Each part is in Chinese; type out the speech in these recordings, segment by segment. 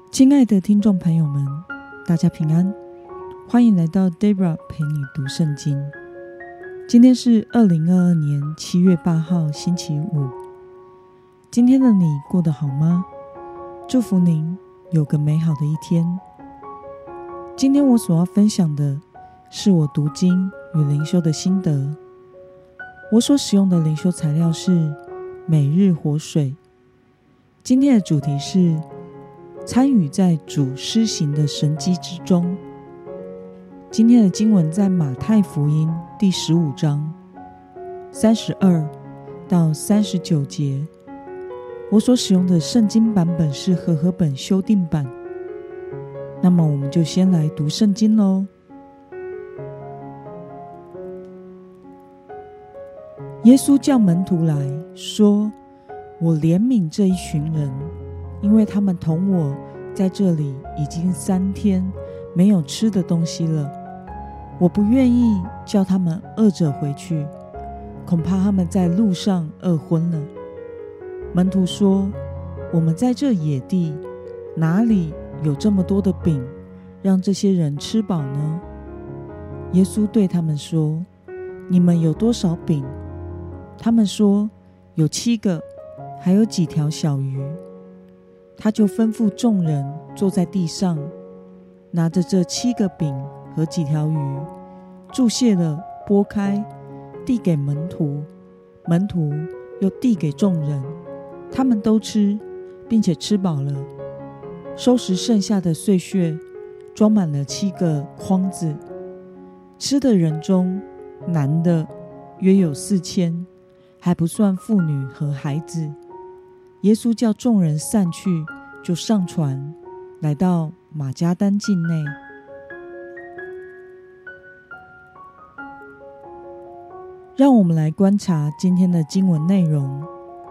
亲爱的听众朋友们，大家平安，欢迎来到 Debra 陪你读圣经。今天是2022年7月8号星期五。今天的你过得好吗？祝福您有个美好的一天。今天我所要分享的是我读经与灵修的心得。我所使用的灵修材料是每日活水。今天的主题是参与在主施行的神迹之中。今天的经文在马太福音第15章32到39节。我所使用的圣经版本是和合本修订版。那么我们就先来读圣经咯。耶稣叫门徒来说，我怜悯这一群人，因为他们同我在这里已经3天没有吃的东西了。我不愿意叫他们饿着回去，恐怕他们在路上饿昏了。门徒说，我们在这野地哪里有这么多的饼让这些人吃饱呢？耶稣对他们说，你们有多少饼？他们说，有7个，还有几条小鱼。他就吩咐众人坐在地上，拿着这7个饼和几条鱼，注谢了，拨开，递给门徒，门徒又递给众人，他们都吃，并且吃饱了，收拾剩下的碎屑，装满了7个筐子。吃的人中，男的约有4000，还不算妇女和孩子。耶稣叫众人散去，就上船，来到马加丹境内。让我们来观察今天的经文内容。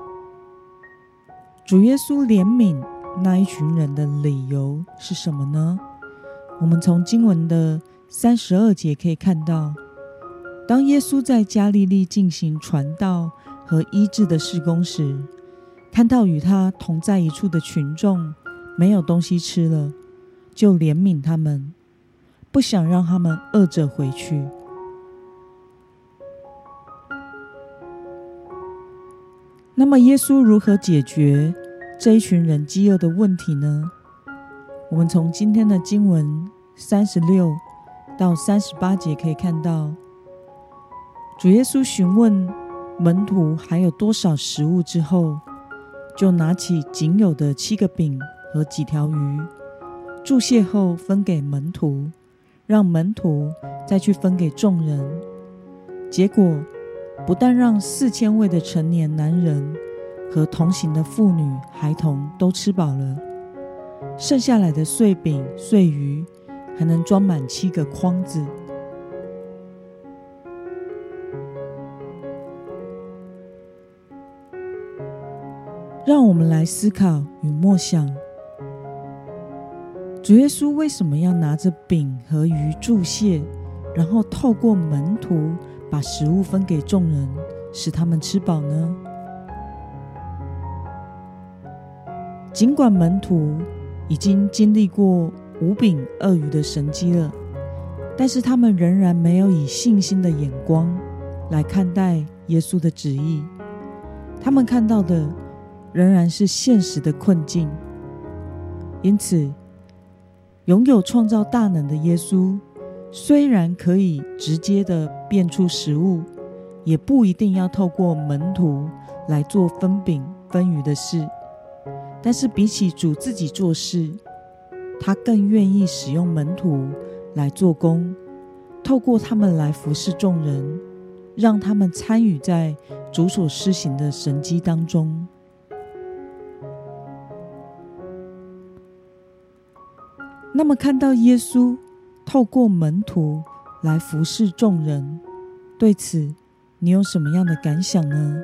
主耶稣怜悯那一群人的理由是什么呢？我们从经文的32节可以看到，当耶稣在加利利进行传道和医治的事工时，看到与他同在一处的群众没有东西吃了，就怜悯他们，不想让他们饿着回去。那么耶稣如何解决这一群人饥饿的问题呢？我们从今天的经文36到38节可以看到，主耶稣询问门徒还有多少食物之后，就拿起仅有的7个饼和几条鱼，注谢后分给门徒，让门徒再去分给众人。结果不但让4000位的成年男人和同行的妇女孩童都吃饱了，剩下来的碎饼碎鱼还能装满7个筐子。让我们来思考与默想，主耶稣为什么要拿着饼和鱼注谢，然后透过门徒把食物分给众人，使他们吃饱呢？尽管门徒已经经历过5饼2鱼的神迹了，但是他们仍然没有以信心的眼光来看待耶稣的旨意。他们看到的仍然是现实的困境。因此，拥有创造大能的耶稣，虽然可以直接的变出食物，也不一定要透过门徒来做分饼分鱼的事。但是比起主自己做事，他更愿意使用门徒来做工，透过他们来服侍众人，让他们参与在主所施行的神迹当中。那么看到耶稣透过门徒来服侍众人，对此你有什么样的感想呢？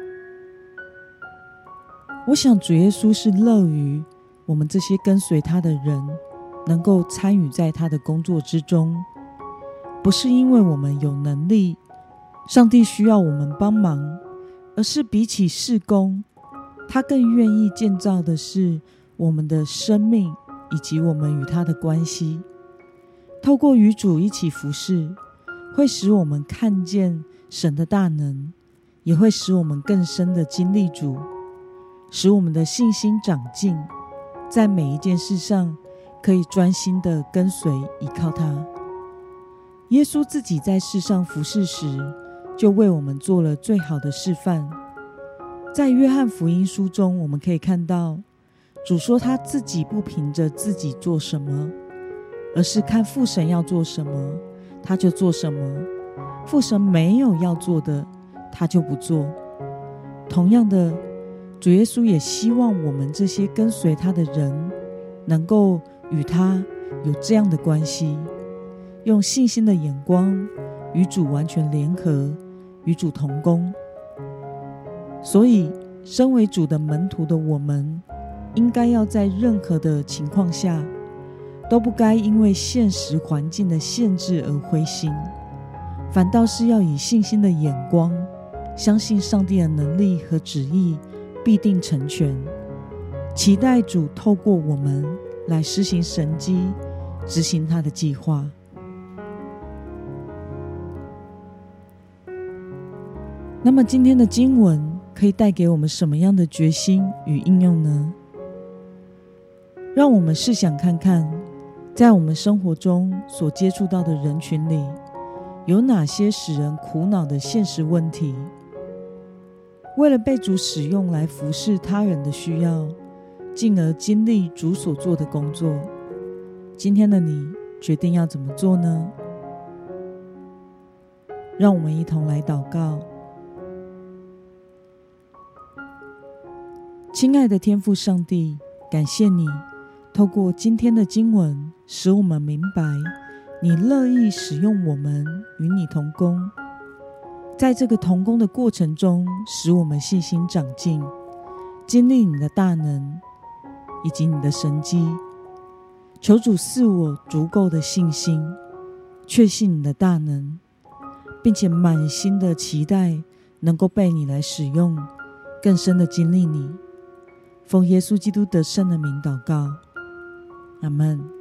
我想主耶稣是乐于我们这些跟随他的人能够参与在他的工作之中，不是因为我们有能力，上帝需要我们帮忙，而是比起事工，他更愿意建造的是我们的生命以及我们与他的关系。透过与主一起服侍，会使我们看见神的大能，也会使我们更深的经历主，使我们的信心长进，在每一件事上可以专心的跟随依靠他。耶稣自己在世上服侍时，就为我们做了最好的示范。在约翰福音书中，我们可以看到主说他自己不凭着自己做什么，而是看父神要做什么，他就做什么；父神没有要做的，他就不做。同样的，主耶稣也希望我们这些跟随他的人，能够与他有这样的关系，用信心的眼光与主完全联合，与主同工。所以身为主的门徒的我们，应该要在任何的情况下都不该因为现实环境的限制而灰心，反倒是要以信心的眼光，相信上帝的能力和旨意必定成全，期待主透过我们来施行神迹，执行他的计划。那么今天的经文可以带给我们什么样的决心与应用呢？让我们试想看看，在我们生活中所接触到的人群里，有哪些使人苦恼的现实问题？为了被主使用来服侍他人的需要，进而经历主所做的工作，今天的你决定要怎么做呢？让我们一同来祷告。亲爱的天父上帝，感谢你透过今天的经文，使我们明白你乐意使用我们与你同工，在这个同工的过程中，使我们信心长进，经历你的大能以及你的神迹。求主赐我足够的信心，确信你的大能，并且满心的期待能够被你来使用，更深的经历你。奉耶稣基督得胜的名祷告，阿们。